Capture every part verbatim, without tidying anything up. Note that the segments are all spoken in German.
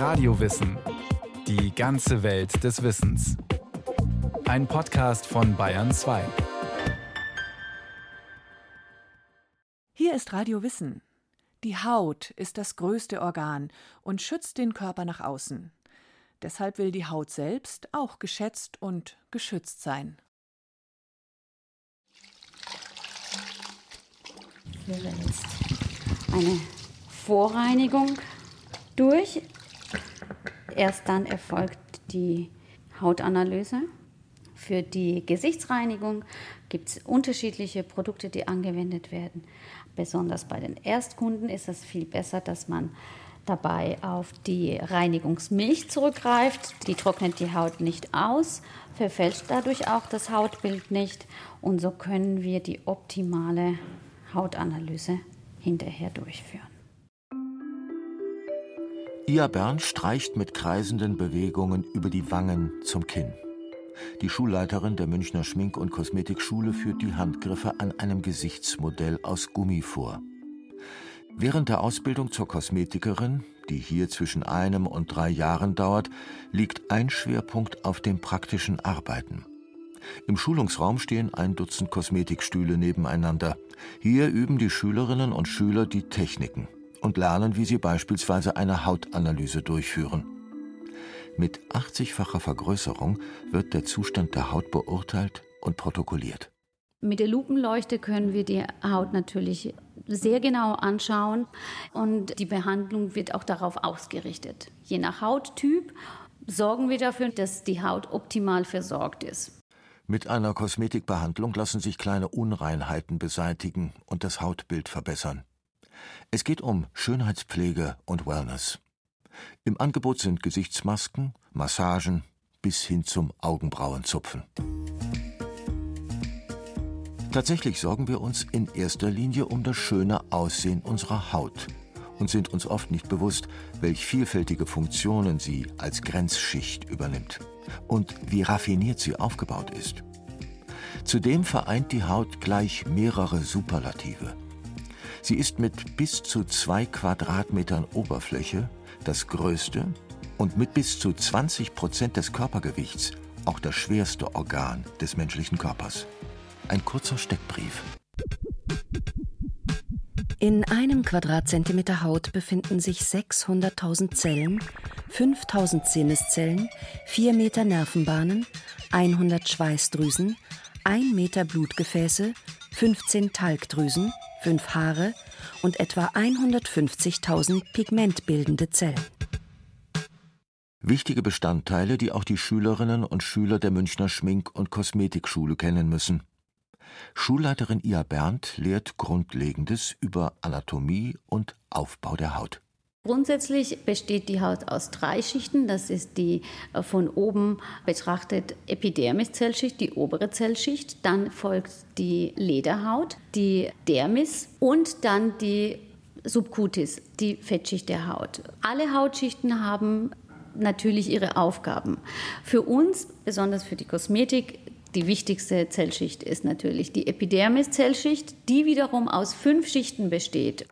Radiowissen. Die ganze Welt des Wissens. Ein Podcast von Bayern zwei. Hier ist Radio Wissen. Die Haut ist das größte Organ und schützt den Körper nach außen. Deshalb will die Haut selbst auch geschätzt und geschützt sein. Ich führe jetzt eine Vorreinigung durch. Erst dann erfolgt die Hautanalyse. Für die Gesichtsreinigung gibt es unterschiedliche Produkte, die angewendet werden. Besonders bei den Erstkunden ist es viel besser, dass man dabei auf die Reinigungsmilch zurückgreift. Die trocknet die Haut nicht aus, verfälscht dadurch auch das Hautbild nicht. Und so können wir die optimale Hautanalyse hinterher durchführen. Ia Bern streicht mit kreisenden Bewegungen über die Wangen zum Kinn. Die Schulleiterin der Münchner Schmink- und Kosmetikschule führt die Handgriffe an einem Gesichtsmodell aus Gummi vor. Während der Ausbildung zur Kosmetikerin, die hier zwischen einem und drei Jahren dauert, liegt ein Schwerpunkt auf dem praktischen Arbeiten. Im Schulungsraum stehen ein Dutzend Kosmetikstühle nebeneinander. Hier üben die Schülerinnen und Schüler die Techniken und lernen, wie sie beispielsweise eine Hautanalyse durchführen. Mit achtzigfacher Vergrößerung wird der Zustand der Haut beurteilt und protokolliert. Mit der Lupenleuchte können wir die Haut natürlich sehr genau anschauen und die Behandlung wird auch darauf ausgerichtet. Je nach Hauttyp sorgen wir dafür, dass die Haut optimal versorgt ist. Mit einer Kosmetikbehandlung lassen sich kleine Unreinheiten beseitigen und das Hautbild verbessern. Es geht um Schönheitspflege und Wellness. Im Angebot sind Gesichtsmasken, Massagen bis hin zum Augenbrauenzupfen. Tatsächlich sorgen wir uns in erster Linie um das schöne Aussehen unserer Haut und sind uns oft nicht bewusst, welch vielfältige Funktionen sie als Grenzschicht übernimmt und wie raffiniert sie aufgebaut ist. Zudem vereint die Haut gleich mehrere Superlative. Sie ist mit bis zu zwei Quadratmetern Oberfläche das größte und mit bis zu zwanzig Prozent des Körpergewichts auch das schwerste Organ des menschlichen Körpers. Ein kurzer Steckbrief. In einem Quadratzentimeter Haut befinden sich sechshunderttausend Zellen, fünftausend Sinneszellen, vier Meter Nervenbahnen, hundert Schweißdrüsen, ein Meter Blutgefäße, fünfzehn Talgdrüsen, fünf Haare und etwa hundertfünfzigtausend pigmentbildende Zellen. Wichtige Bestandteile, die auch die Schülerinnen und Schüler der Münchner Schmink- und Kosmetikschule kennen müssen. Schulleiterin Ia Berndt lehrt Grundlegendes über Anatomie und Aufbau der Haut. Grundsätzlich besteht die Haut aus drei Schichten. Das ist die von oben betrachtet Epidermiszellschicht, die obere Zellschicht. Dann folgt die Lederhaut, die Dermis und dann die Subcutis, die Fettschicht der Haut. Alle Hautschichten haben natürlich ihre Aufgaben. Für uns, besonders für die Kosmetik, die wichtigste Zellschicht ist natürlich die Epidermiszellschicht, die wiederum aus fünf Schichten besteht.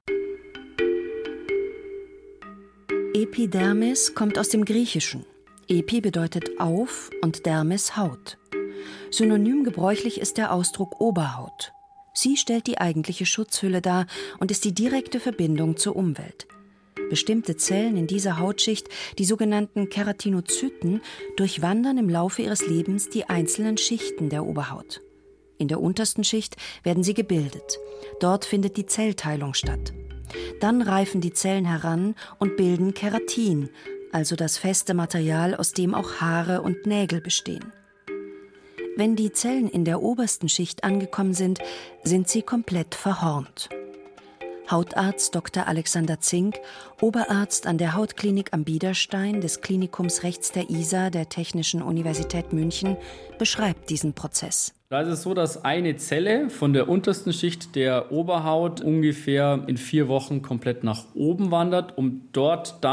Epidermis kommt aus dem Griechischen. Epi bedeutet auf und Dermis Haut. Synonym gebräuchlich ist der Ausdruck Oberhaut. Sie stellt die eigentliche Schutzhülle dar und ist die direkte Verbindung zur Umwelt. Bestimmte Zellen in dieser Hautschicht, die sogenannten Keratinozyten, durchwandern im Laufe ihres Lebens die einzelnen Schichten der Oberhaut. In der untersten Schicht werden sie gebildet. Dort findet die Zellteilung statt. Dann reifen die Zellen heran und bilden Keratin, also das feste Material, aus dem auch Haare und Nägel bestehen. Wenn die Zellen in der obersten Schicht angekommen sind, sind sie komplett verhornt. Hautarzt Doktor Alexander Zink, Oberarzt an der Hautklinik am Biederstein des Klinikums rechts der Isar der Technischen Universität München, beschreibt diesen Prozess. Da ist es so, dass eine Zelle von der untersten Schicht der Oberhaut ungefähr in vier Wochen komplett nach oben wandert, um dort dann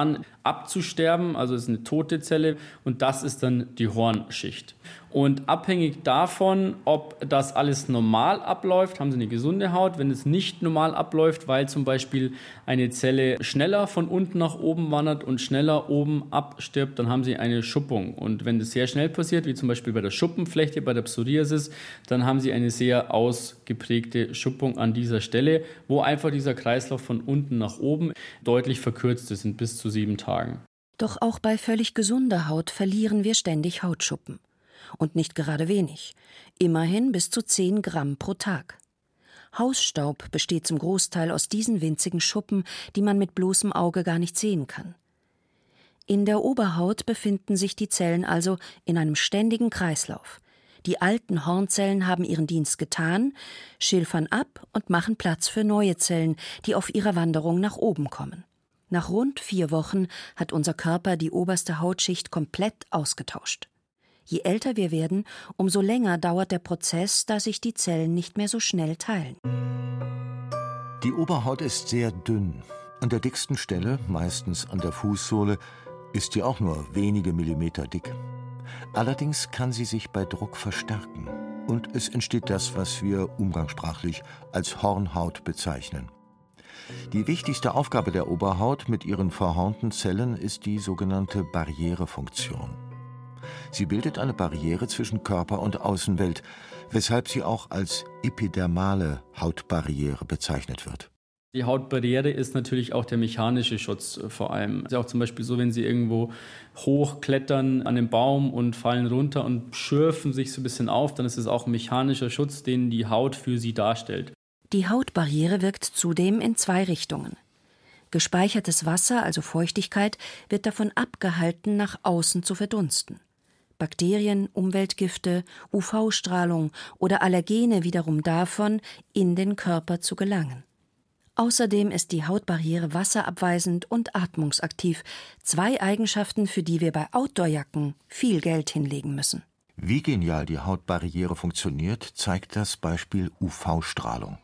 abzusterben, also es ist eine tote Zelle und das ist dann die Hornschicht. Und abhängig davon, ob das alles normal abläuft, haben Sie eine gesunde Haut. Wenn es nicht normal abläuft, weil zum Beispiel eine Zelle schneller von unten nach oben wandert und schneller oben abstirbt, dann haben Sie eine Schuppung. Und wenn das sehr schnell passiert, wie zum Beispiel bei der Schuppenflechte, bei der Psoriasis, dann haben Sie eine sehr ausgeprägte Schuppung an dieser Stelle, wo einfach dieser Kreislauf von unten nach oben deutlich verkürzt ist, in bis zu sieben Tagen. Doch auch bei völlig gesunder Haut verlieren wir ständig Hautschuppen. Und nicht gerade wenig. Immerhin bis zu zehn Gramm pro Tag. Hausstaub besteht zum Großteil aus diesen winzigen Schuppen, die man mit bloßem Auge gar nicht sehen kann. In der Oberhaut befinden sich die Zellen also in einem ständigen Kreislauf. Die alten Hornzellen haben ihren Dienst getan, schilfern ab und machen Platz für neue Zellen, die auf ihrer Wanderung nach oben kommen. Nach rund vier Wochen hat unser Körper die oberste Hautschicht komplett ausgetauscht. Je älter wir werden, umso länger dauert der Prozess, da sich die Zellen nicht mehr so schnell teilen. Die Oberhaut ist sehr dünn. An der dicksten Stelle, meistens an der Fußsohle, ist sie auch nur wenige Millimeter dick. Allerdings kann sie sich bei Druck verstärken. Und es entsteht das, was wir umgangssprachlich als Hornhaut bezeichnen. Die wichtigste Aufgabe der Oberhaut mit ihren verhornten Zellen ist die sogenannte Barrierefunktion. Sie bildet eine Barriere zwischen Körper und Außenwelt, weshalb sie auch als epidermale Hautbarriere bezeichnet wird. Die Hautbarriere ist natürlich auch der mechanische Schutz vor allem. Es ist auch zum Beispiel so, wenn Sie irgendwo hochklettern an einem Baum und fallen runter und schürfen sich so ein bisschen auf, dann ist es auch ein mechanischer Schutz, den die Haut für Sie darstellt. Die Hautbarriere wirkt zudem in zwei Richtungen. Gespeichertes Wasser, also Feuchtigkeit, wird davon abgehalten, nach außen zu verdunsten. Bakterien, Umweltgifte, U V-Strahlung oder Allergene wiederum davon, in den Körper zu gelangen. Außerdem ist die Hautbarriere wasserabweisend und atmungsaktiv, zwei Eigenschaften, für die wir bei Outdoorjacken viel Geld hinlegen müssen. Wie genial die Hautbarriere funktioniert, zeigt das Beispiel U V-Strahlung.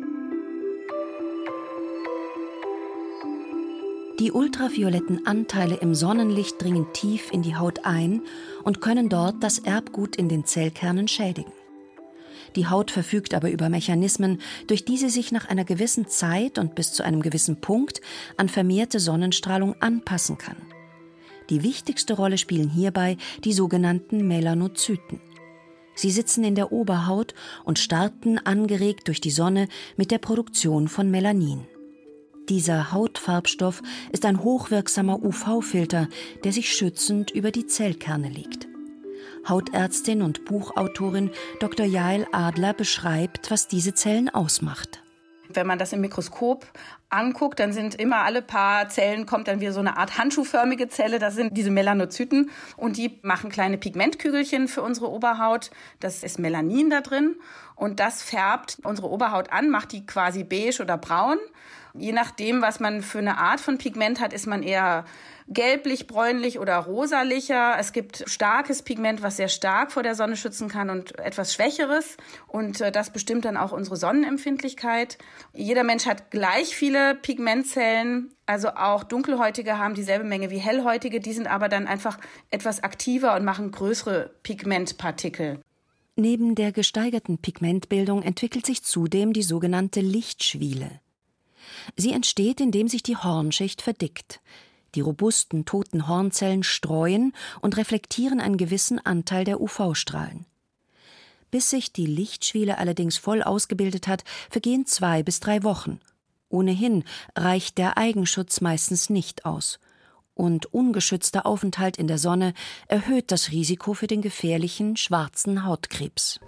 Die ultravioletten Anteile im Sonnenlicht dringen tief in die Haut ein und können dort das Erbgut in den Zellkernen schädigen. Die Haut verfügt aber über Mechanismen, durch die sie sich nach einer gewissen Zeit und bis zu einem gewissen Punkt an vermehrte Sonnenstrahlung anpassen kann. Die wichtigste Rolle spielen hierbei die sogenannten Melanozyten. Sie sitzen in der Oberhaut und starten, angeregt durch die Sonne, mit der Produktion von Melanin. Dieser Hautfarbstoff ist ein hochwirksamer U V-Filter, der sich schützend über die Zellkerne legt. Hautärztin und Buchautorin Doktor Jael Adler beschreibt, was diese Zellen ausmacht. Wenn man das im Mikroskop anguckt, dann sind immer alle paar Zellen, kommt dann wieder so eine Art handschuhförmige Zelle, das sind diese Melanozyten und die machen kleine Pigmentkügelchen für unsere Oberhaut. Das ist Melanin da drin und das färbt unsere Oberhaut an, macht die quasi beige oder braun. Je nachdem, was man für eine Art von Pigment hat, ist man eher gelblich, bräunlich oder rosalicher. Es gibt starkes Pigment, was sehr stark vor der Sonne schützen kann und etwas schwächeres. Und das bestimmt dann auch unsere Sonnenempfindlichkeit. Jeder Mensch hat gleich viele Pigmentzellen. Also auch Dunkelhäutige haben dieselbe Menge wie Hellhäutige. Die sind aber dann einfach etwas aktiver und machen größere Pigmentpartikel. Neben der gesteigerten Pigmentbildung entwickelt sich zudem die sogenannte Lichtschwiele. Sie entsteht, indem sich die Hornschicht verdickt. Die robusten, toten Hornzellen streuen und reflektieren einen gewissen Anteil der U V-Strahlen. Bis sich die Lichtschwiele allerdings voll ausgebildet hat, vergehen zwei bis drei Wochen. Ohnehin reicht der Eigenschutz meistens nicht aus. Und ungeschützter Aufenthalt in der Sonne erhöht das Risiko für den gefährlichen schwarzen Hautkrebs.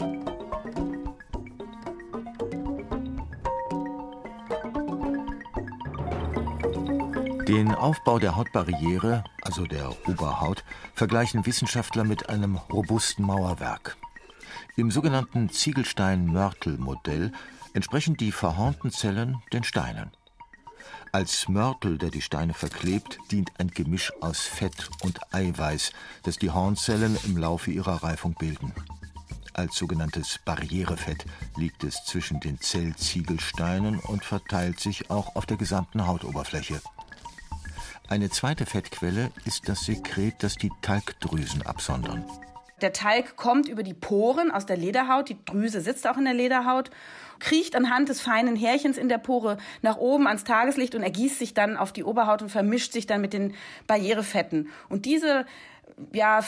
Den Aufbau der Hautbarriere, also der Oberhaut, vergleichen Wissenschaftler mit einem robusten Mauerwerk. Im sogenannten Ziegelstein-Mörtel-Modell entsprechen die verhornten Zellen den Steinen. Als Mörtel, der die Steine verklebt, dient ein Gemisch aus Fett und Eiweiß, das die Hornzellen im Laufe ihrer Reifung bilden. Als sogenanntes Barrierefett liegt es zwischen den Zellziegelsteinen und verteilt sich auch auf der gesamten Hautoberfläche. Eine zweite Fettquelle ist das Sekret, das die Talgdrüsen absondern. Der Talg kommt über die Poren aus der Lederhaut, die Drüse sitzt auch in der Lederhaut, kriecht anhand des feinen Härchens in der Pore nach oben ans Tageslicht und ergießt sich dann auf die Oberhaut und vermischt sich dann mit den Barrierefetten. Und diese ja,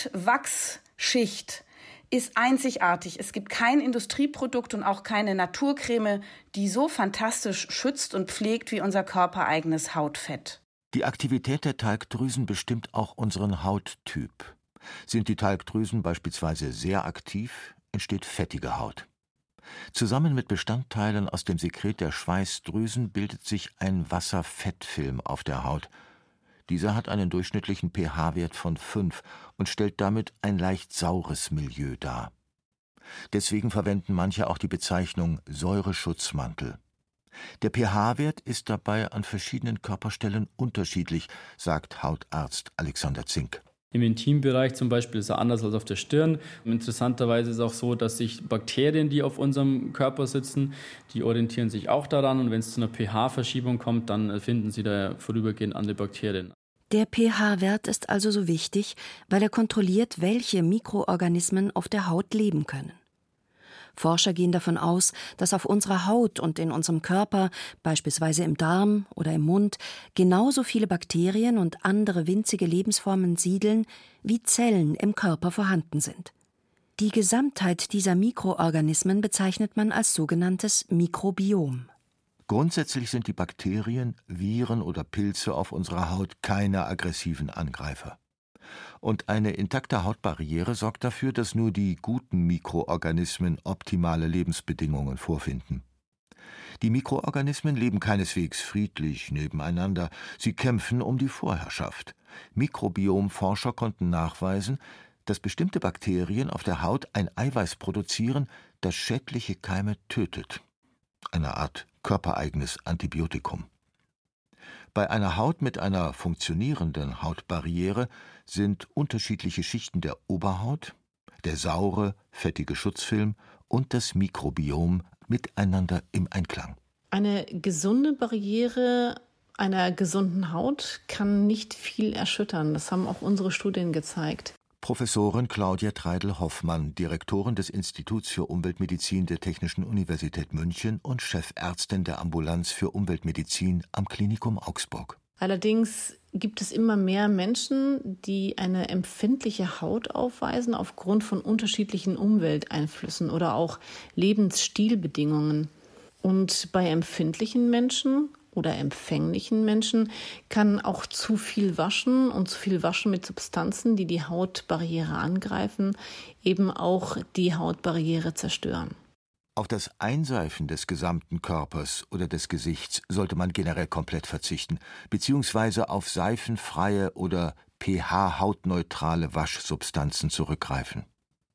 Fettwachsschicht ist einzigartig. Es gibt kein Industrieprodukt und auch keine Naturcreme, die so fantastisch schützt und pflegt wie unser körpereigenes Hautfett. Die Aktivität der Talgdrüsen bestimmt auch unseren Hauttyp. Sind die Talgdrüsen beispielsweise sehr aktiv, entsteht fettige Haut. Zusammen mit Bestandteilen aus dem Sekret der Schweißdrüsen bildet sich ein Wasserfettfilm auf der Haut. Dieser hat einen durchschnittlichen pH-Wert von fünf und stellt damit ein leicht saures Milieu dar. Deswegen verwenden manche auch die Bezeichnung Säureschutzmantel. Der pH-Wert ist dabei an verschiedenen Körperstellen unterschiedlich, sagt Hautarzt Alexander Zink. Im Intimbereich zum Beispiel ist er anders als auf der Stirn. Interessanterweise ist es auch so, dass sich Bakterien, die auf unserem Körper sitzen, die orientieren sich auch daran. Und wenn es zu einer pH-Verschiebung kommt, dann finden sie da vorübergehend andere Bakterien. Der pH-Wert ist also so wichtig, weil er kontrolliert, welche Mikroorganismen auf der Haut leben können. Forscher gehen davon aus, dass auf unserer Haut und in unserem Körper, beispielsweise im Darm oder im Mund, genauso viele Bakterien und andere winzige Lebensformen siedeln, wie Zellen im Körper vorhanden sind. Die Gesamtheit dieser Mikroorganismen bezeichnet man als sogenanntes Mikrobiom. Grundsätzlich sind die Bakterien, Viren oder Pilze auf unserer Haut keine aggressiven Angreifer. Und eine intakte Hautbarriere sorgt dafür, dass nur die guten Mikroorganismen optimale Lebensbedingungen vorfinden. Die Mikroorganismen leben keineswegs friedlich nebeneinander, sie kämpfen um die Vorherrschaft. Mikrobiomforscher konnten nachweisen, dass bestimmte Bakterien auf der Haut ein Eiweiß produzieren, das schädliche Keime tötet. Eine Art körpereigenes Antibiotikum. Bei einer Haut mit einer funktionierenden Hautbarriere sind unterschiedliche Schichten der Oberhaut, der saure, fettige Schutzfilm und das Mikrobiom miteinander im Einklang. Eine gesunde Barriere einer gesunden Haut kann nicht viel erschüttern. Das haben auch unsere Studien gezeigt. Professorin Claudia Treidl-Hoffmann, Direktorin des Instituts für Umweltmedizin der Technischen Universität München und Chefärztin der Ambulanz für Umweltmedizin am Klinikum Augsburg. Allerdings gibt es immer mehr Menschen, die eine empfindliche Haut aufweisen aufgrund von unterschiedlichen Umwelteinflüssen oder auch Lebensstilbedingungen. Und bei empfindlichen Menschen oder empfänglichen Menschen kann auch zu viel Waschen und zu viel Waschen mit Substanzen, die die Hautbarriere angreifen, eben auch die Hautbarriere zerstören. Auf das Einseifen des gesamten Körpers oder des Gesichts sollte man generell komplett verzichten, beziehungsweise auf seifenfreie oder pH-hautneutrale Waschsubstanzen zurückgreifen.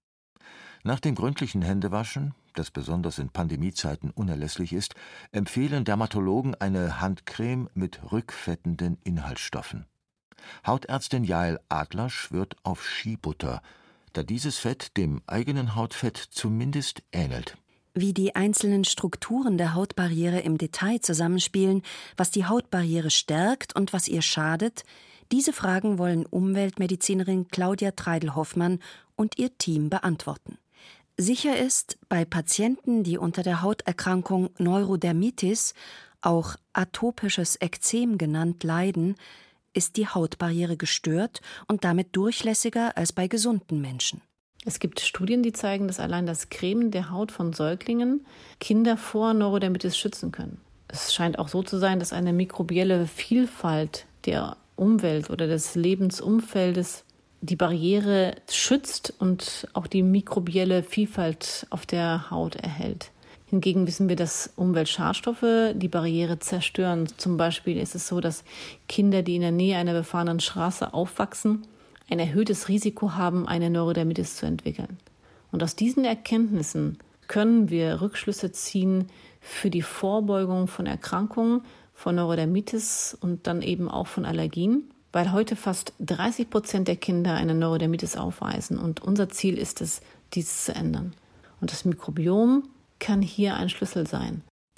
Nach dem gründlichen Händewaschen, das besonders in Pandemiezeiten unerlässlich ist, empfehlen Dermatologen eine Handcreme mit rückfettenden Inhaltsstoffen. Hautärztin Jael Adler schwört auf Skibutter, da dieses Fett dem eigenen Hautfett zumindest ähnelt. Wie die einzelnen Strukturen der Hautbarriere im Detail zusammenspielen, was die Hautbarriere stärkt und was ihr schadet, diese Fragen wollen Umweltmedizinerin Claudia Treidl-Hoffmann und ihr Team beantworten. Sicher ist, bei Patienten, die unter der Hauterkrankung Neurodermitis, auch atopisches Ekzem genannt, leiden, ist die Hautbarriere gestört und damit durchlässiger als bei gesunden Menschen. Es gibt Studien, die zeigen, dass allein das Cremen der Haut von Säuglingen Kinder vor Neurodermitis schützen können. Es scheint auch so zu sein, dass eine mikrobielle Vielfalt der Umwelt oder des Lebensumfeldes die Barriere schützt und auch die mikrobielle Vielfalt auf der Haut erhält. Hingegen wissen wir, dass Umweltschadstoffe die Barriere zerstören. Zum Beispiel ist es so, dass Kinder, die in der Nähe einer befahrenen Straße aufwachsen, ein erhöhtes Risiko haben, eine Neurodermitis zu entwickeln. Und aus diesen Erkenntnissen können wir Rückschlüsse ziehen für die Vorbeugung von Erkrankungen, von Neurodermitis und dann eben auch von Allergien, weil heute fast dreißig Prozent der Kinder eine Neurodermitis aufweisen. Und unser Ziel ist es, dies zu ändern. Und das Mikrobiom kann hier ein Schlüssel sein.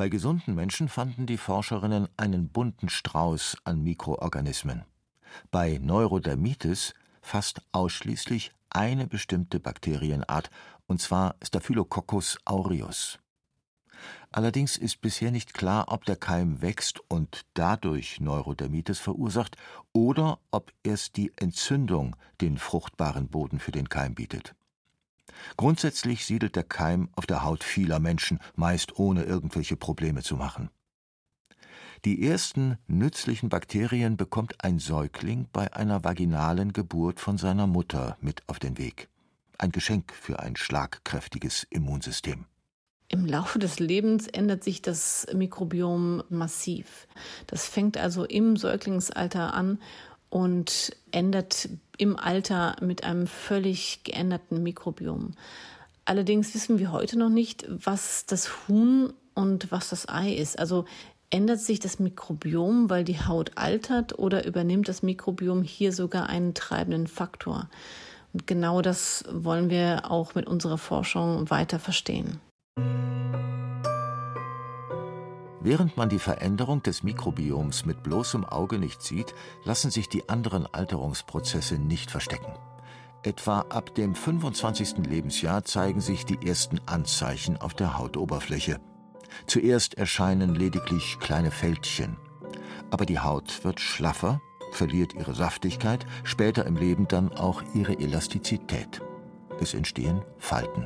Bei gesunden Menschen fanden die Forscherinnen einen bunten Strauß an Mikroorganismen. Bei Neurodermitis fast ausschließlich eine bestimmte Bakterienart, und zwar Staphylococcus aureus. Allerdings ist bisher nicht klar, ob der Keim wächst und dadurch Neurodermitis verursacht oder ob erst die Entzündung den fruchtbaren Boden für den Keim bietet. Grundsätzlich siedelt der Keim auf der Haut vieler Menschen, meist ohne irgendwelche Probleme zu machen. Die ersten nützlichen Bakterien bekommt ein Säugling bei einer vaginalen Geburt von seiner Mutter mit auf den Weg. Ein Geschenk für ein schlagkräftiges Immunsystem. Im Laufe des Lebens ändert sich das Mikrobiom massiv. Das fängt also im Säuglingsalter an und ändert im Alter mit einem völlig geänderten Mikrobiom. Allerdings wissen wir heute noch nicht, was das Huhn und was das Ei ist. Also ändert sich das Mikrobiom, weil die Haut altert, oder übernimmt das Mikrobiom hier sogar einen treibenden Faktor? Und genau das wollen wir auch mit unserer Forschung weiter verstehen. Während man die Veränderung des Mikrobioms mit bloßem Auge nicht sieht, lassen sich die anderen Alterungsprozesse nicht verstecken. Etwa ab dem fünfundzwanzigsten Lebensjahr zeigen sich die ersten Anzeichen auf der Hautoberfläche. Zuerst erscheinen lediglich kleine Fältchen. Aber die Haut wird schlaffer, verliert ihre Saftigkeit, später im Leben dann auch ihre Elastizität. Es entstehen Falten.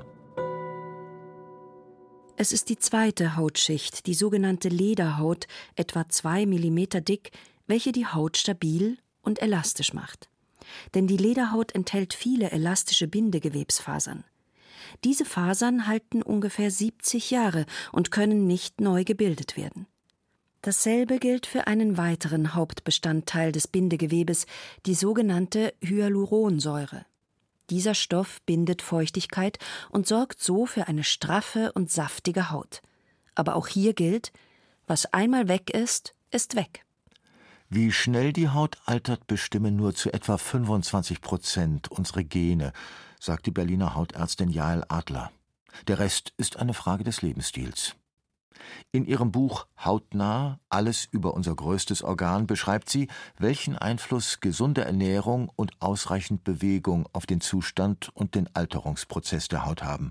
Es ist die zweite Hautschicht, die sogenannte Lederhaut, etwa zwei Millimeter dick, welche die Haut stabil und elastisch macht. Denn die Lederhaut enthält viele elastische Bindegewebsfasern. Diese Fasern halten ungefähr siebzig Jahre und können nicht neu gebildet werden. Dasselbe gilt für einen weiteren Hauptbestandteil des Bindegewebes, die sogenannte Hyaluronsäure. Dieser Stoff bindet Feuchtigkeit und sorgt so für eine straffe und saftige Haut. Aber auch hier gilt, was einmal weg ist, ist weg. Wie schnell die Haut altert, bestimmen nur zu etwa fünfundzwanzig Prozent unsere Gene, sagt die Berliner Hautärztin Jael Adler. Der Rest ist eine Frage des Lebensstils. In ihrem Buch Hautnah, alles über unser größtes Organ, beschreibt sie, welchen Einfluss gesunde Ernährung und ausreichend Bewegung auf den Zustand und den Alterungsprozess der Haut haben.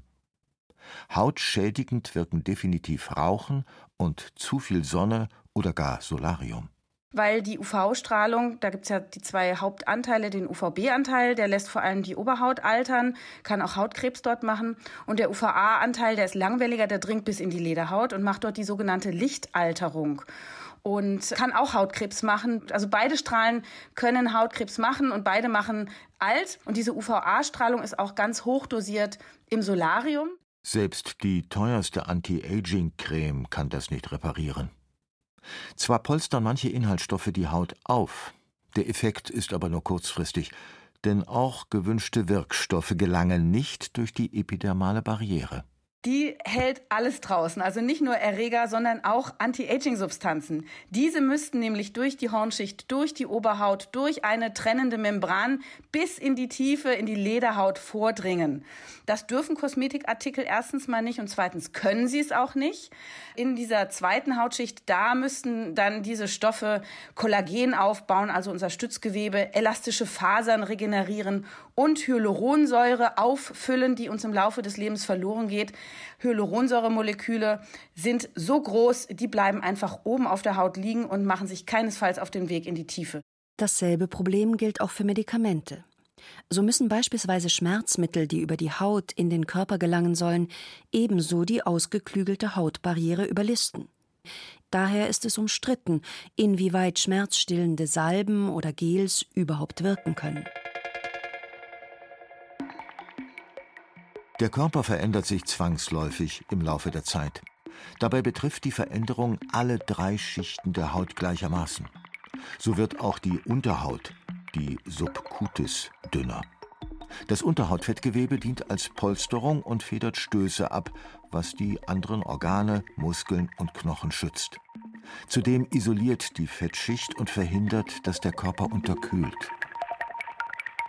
Hautschädigend wirken definitiv Rauchen und zu viel Sonne oder gar Solarium. Weil die U V-Strahlung, da gibt es ja die zwei Hauptanteile, den U V B-Anteil, der lässt vor allem die Oberhaut altern, kann auch Hautkrebs dort machen. Und der U V A-Anteil, der ist langwelliger, der dringt bis in die Lederhaut und macht dort die sogenannte Lichtalterung. Und kann auch Hautkrebs machen. Also beide Strahlen können Hautkrebs machen und beide machen alt. Und diese U V A-Strahlung ist auch ganz hoch dosiert im Solarium. Selbst die teuerste Anti-Aging-Creme kann das nicht reparieren. Zwar polstern manche Inhaltsstoffe die Haut auf, der Effekt ist aber nur kurzfristig, denn auch gewünschte Wirkstoffe gelangen nicht durch die epidermale Barriere. Die hält alles draußen, also nicht nur Erreger, sondern auch Anti-Aging-Substanzen. Diese müssten nämlich durch die Hornschicht, durch die Oberhaut, durch eine trennende Membran bis in die Tiefe, in die Lederhaut vordringen. Das dürfen Kosmetikartikel erstens mal nicht und zweitens können sie es auch nicht. In dieser zweiten Hautschicht, da müssten dann diese Stoffe Kollagen aufbauen, also unser Stützgewebe, elastische Fasern regenerieren und Hyaluronsäure auffüllen, die uns im Laufe des Lebens verloren geht. Hyaluronsäuremoleküle sind so groß, die bleiben einfach oben auf der Haut liegen und machen sich keinesfalls auf den Weg in die Tiefe. Dasselbe Problem gilt auch für Medikamente. So müssen beispielsweise Schmerzmittel, die über die Haut in den Körper gelangen sollen, ebenso die ausgeklügelte Hautbarriere überlisten. Daher ist es umstritten, inwieweit schmerzstillende Salben oder Gels überhaupt wirken können. Der Körper verändert sich zwangsläufig im Laufe der Zeit. Dabei betrifft die Veränderung alle drei Schichten der Haut gleichermaßen. So wird auch die Unterhaut, die Subcutis, dünner. Das Unterhautfettgewebe dient als Polsterung und federt Stöße ab, was die anderen Organe, Muskeln und Knochen schützt. Zudem isoliert die Fettschicht und verhindert, dass der Körper unterkühlt.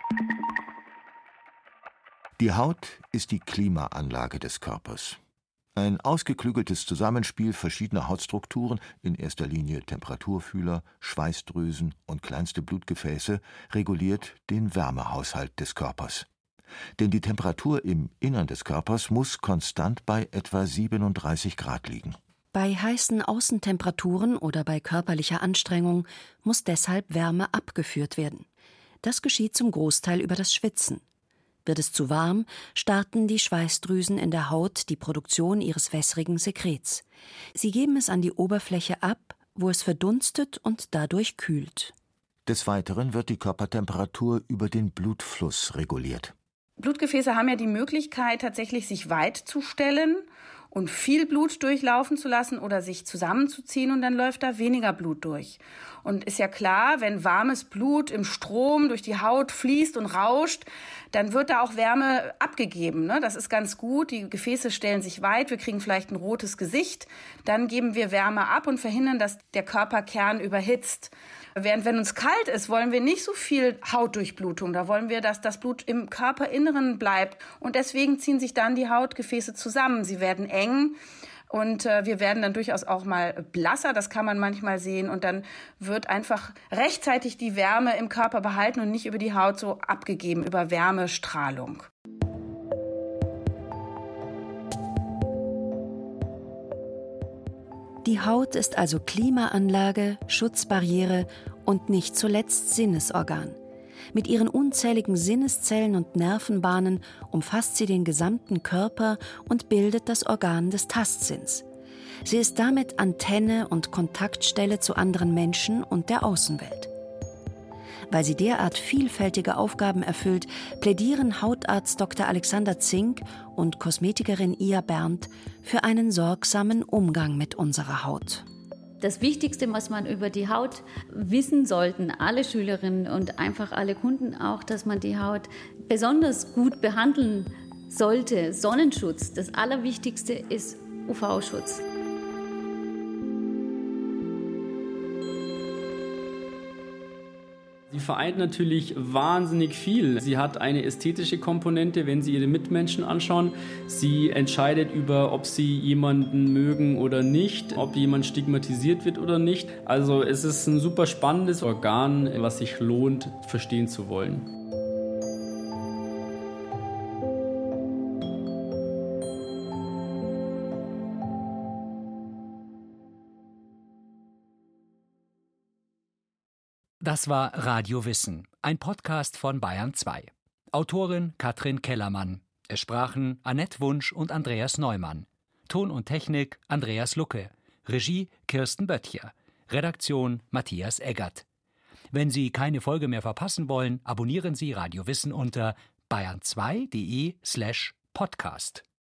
Die Haut ist die Klimaanlage des Körpers. Ein ausgeklügeltes Zusammenspiel verschiedener Hautstrukturen, in erster Linie Temperaturfühler, Schweißdrüsen und kleinste Blutgefäße, reguliert den Wärmehaushalt des Körpers. Denn die Temperatur im Innern des Körpers muss konstant bei etwa siebenunddreißig Grad liegen. Bei heißen Außentemperaturen oder bei körperlicher Anstrengung muss deshalb Wärme abgeführt werden. Das geschieht zum Großteil über das Schwitzen. Wird es zu warm, starten die Schweißdrüsen in der Haut die Produktion ihres wässrigen Sekrets. Sie geben es an die Oberfläche ab, wo es verdunstet und dadurch kühlt. Des Weiteren wird die Körpertemperatur über den Blutfluss reguliert. Blutgefäße haben ja die Möglichkeit, tatsächlich sich weit zu stellen und viel Blut durchlaufen zu lassen oder sich zusammenzuziehen, und dann läuft da weniger Blut durch. Und ist ja klar, wenn warmes Blut im Strom durch die Haut fließt und rauscht, dann wird da auch Wärme abgegeben, ne? Das ist ganz gut. Die Gefäße stellen sich weit, wir kriegen vielleicht ein rotes Gesicht. Dann geben wir Wärme ab und verhindern, dass der Körperkern überhitzt. Während wenn uns kalt ist, wollen wir nicht so viel Hautdurchblutung. Da wollen wir, dass das Blut im Körperinneren bleibt. Und deswegen ziehen sich dann die Hautgefäße zusammen. Sie werden eng. Und äh, wir werden dann durchaus auch mal blasser, das kann man manchmal sehen. Und dann wird einfach rechtzeitig die Wärme im Körper behalten und nicht über die Haut so abgegeben, über Wärmestrahlung. Die Haut ist also Klimaanlage, Schutzbarriere und nicht zuletzt Sinnesorgan. Mit ihren unzähligen Sinneszellen und Nervenbahnen umfasst sie den gesamten Körper und bildet das Organ des Tastsinns. Sie ist damit Antenne und Kontaktstelle zu anderen Menschen und der Außenwelt. Weil sie derart vielfältige Aufgaben erfüllt, plädieren Hautarzt Doktor Alexander Zink und Kosmetikerin Ia Berndt für einen sorgsamen Umgang mit unserer Haut. Das Wichtigste, was man über die Haut wissen sollten, alle Schülerinnen und einfach alle Kunden auch, dass man die Haut besonders gut behandeln sollte. Sonnenschutz, das Allerwichtigste ist U V-Schutz. Sie vereint natürlich wahnsinnig viel. Sie hat eine ästhetische Komponente, wenn Sie Ihre Mitmenschen anschauen. Sie entscheidet über, ob Sie jemanden mögen oder nicht, ob jemand stigmatisiert wird oder nicht. Also es ist ein super spannendes Organ, was sich lohnt, verstehen zu wollen. Das war Radio Wissen, ein Podcast von Bayern zwei. Autorin Katrin Kellermann. Es sprachen Annette Wunsch und Andreas Neumann. Ton und Technik Andreas Lucke. Regie Kirsten Böttcher. Redaktion Matthias Eggert. Wenn Sie keine Folge mehr verpassen wollen, abonnieren Sie Radio Wissen unter bayern zwei punkt de slash podcast.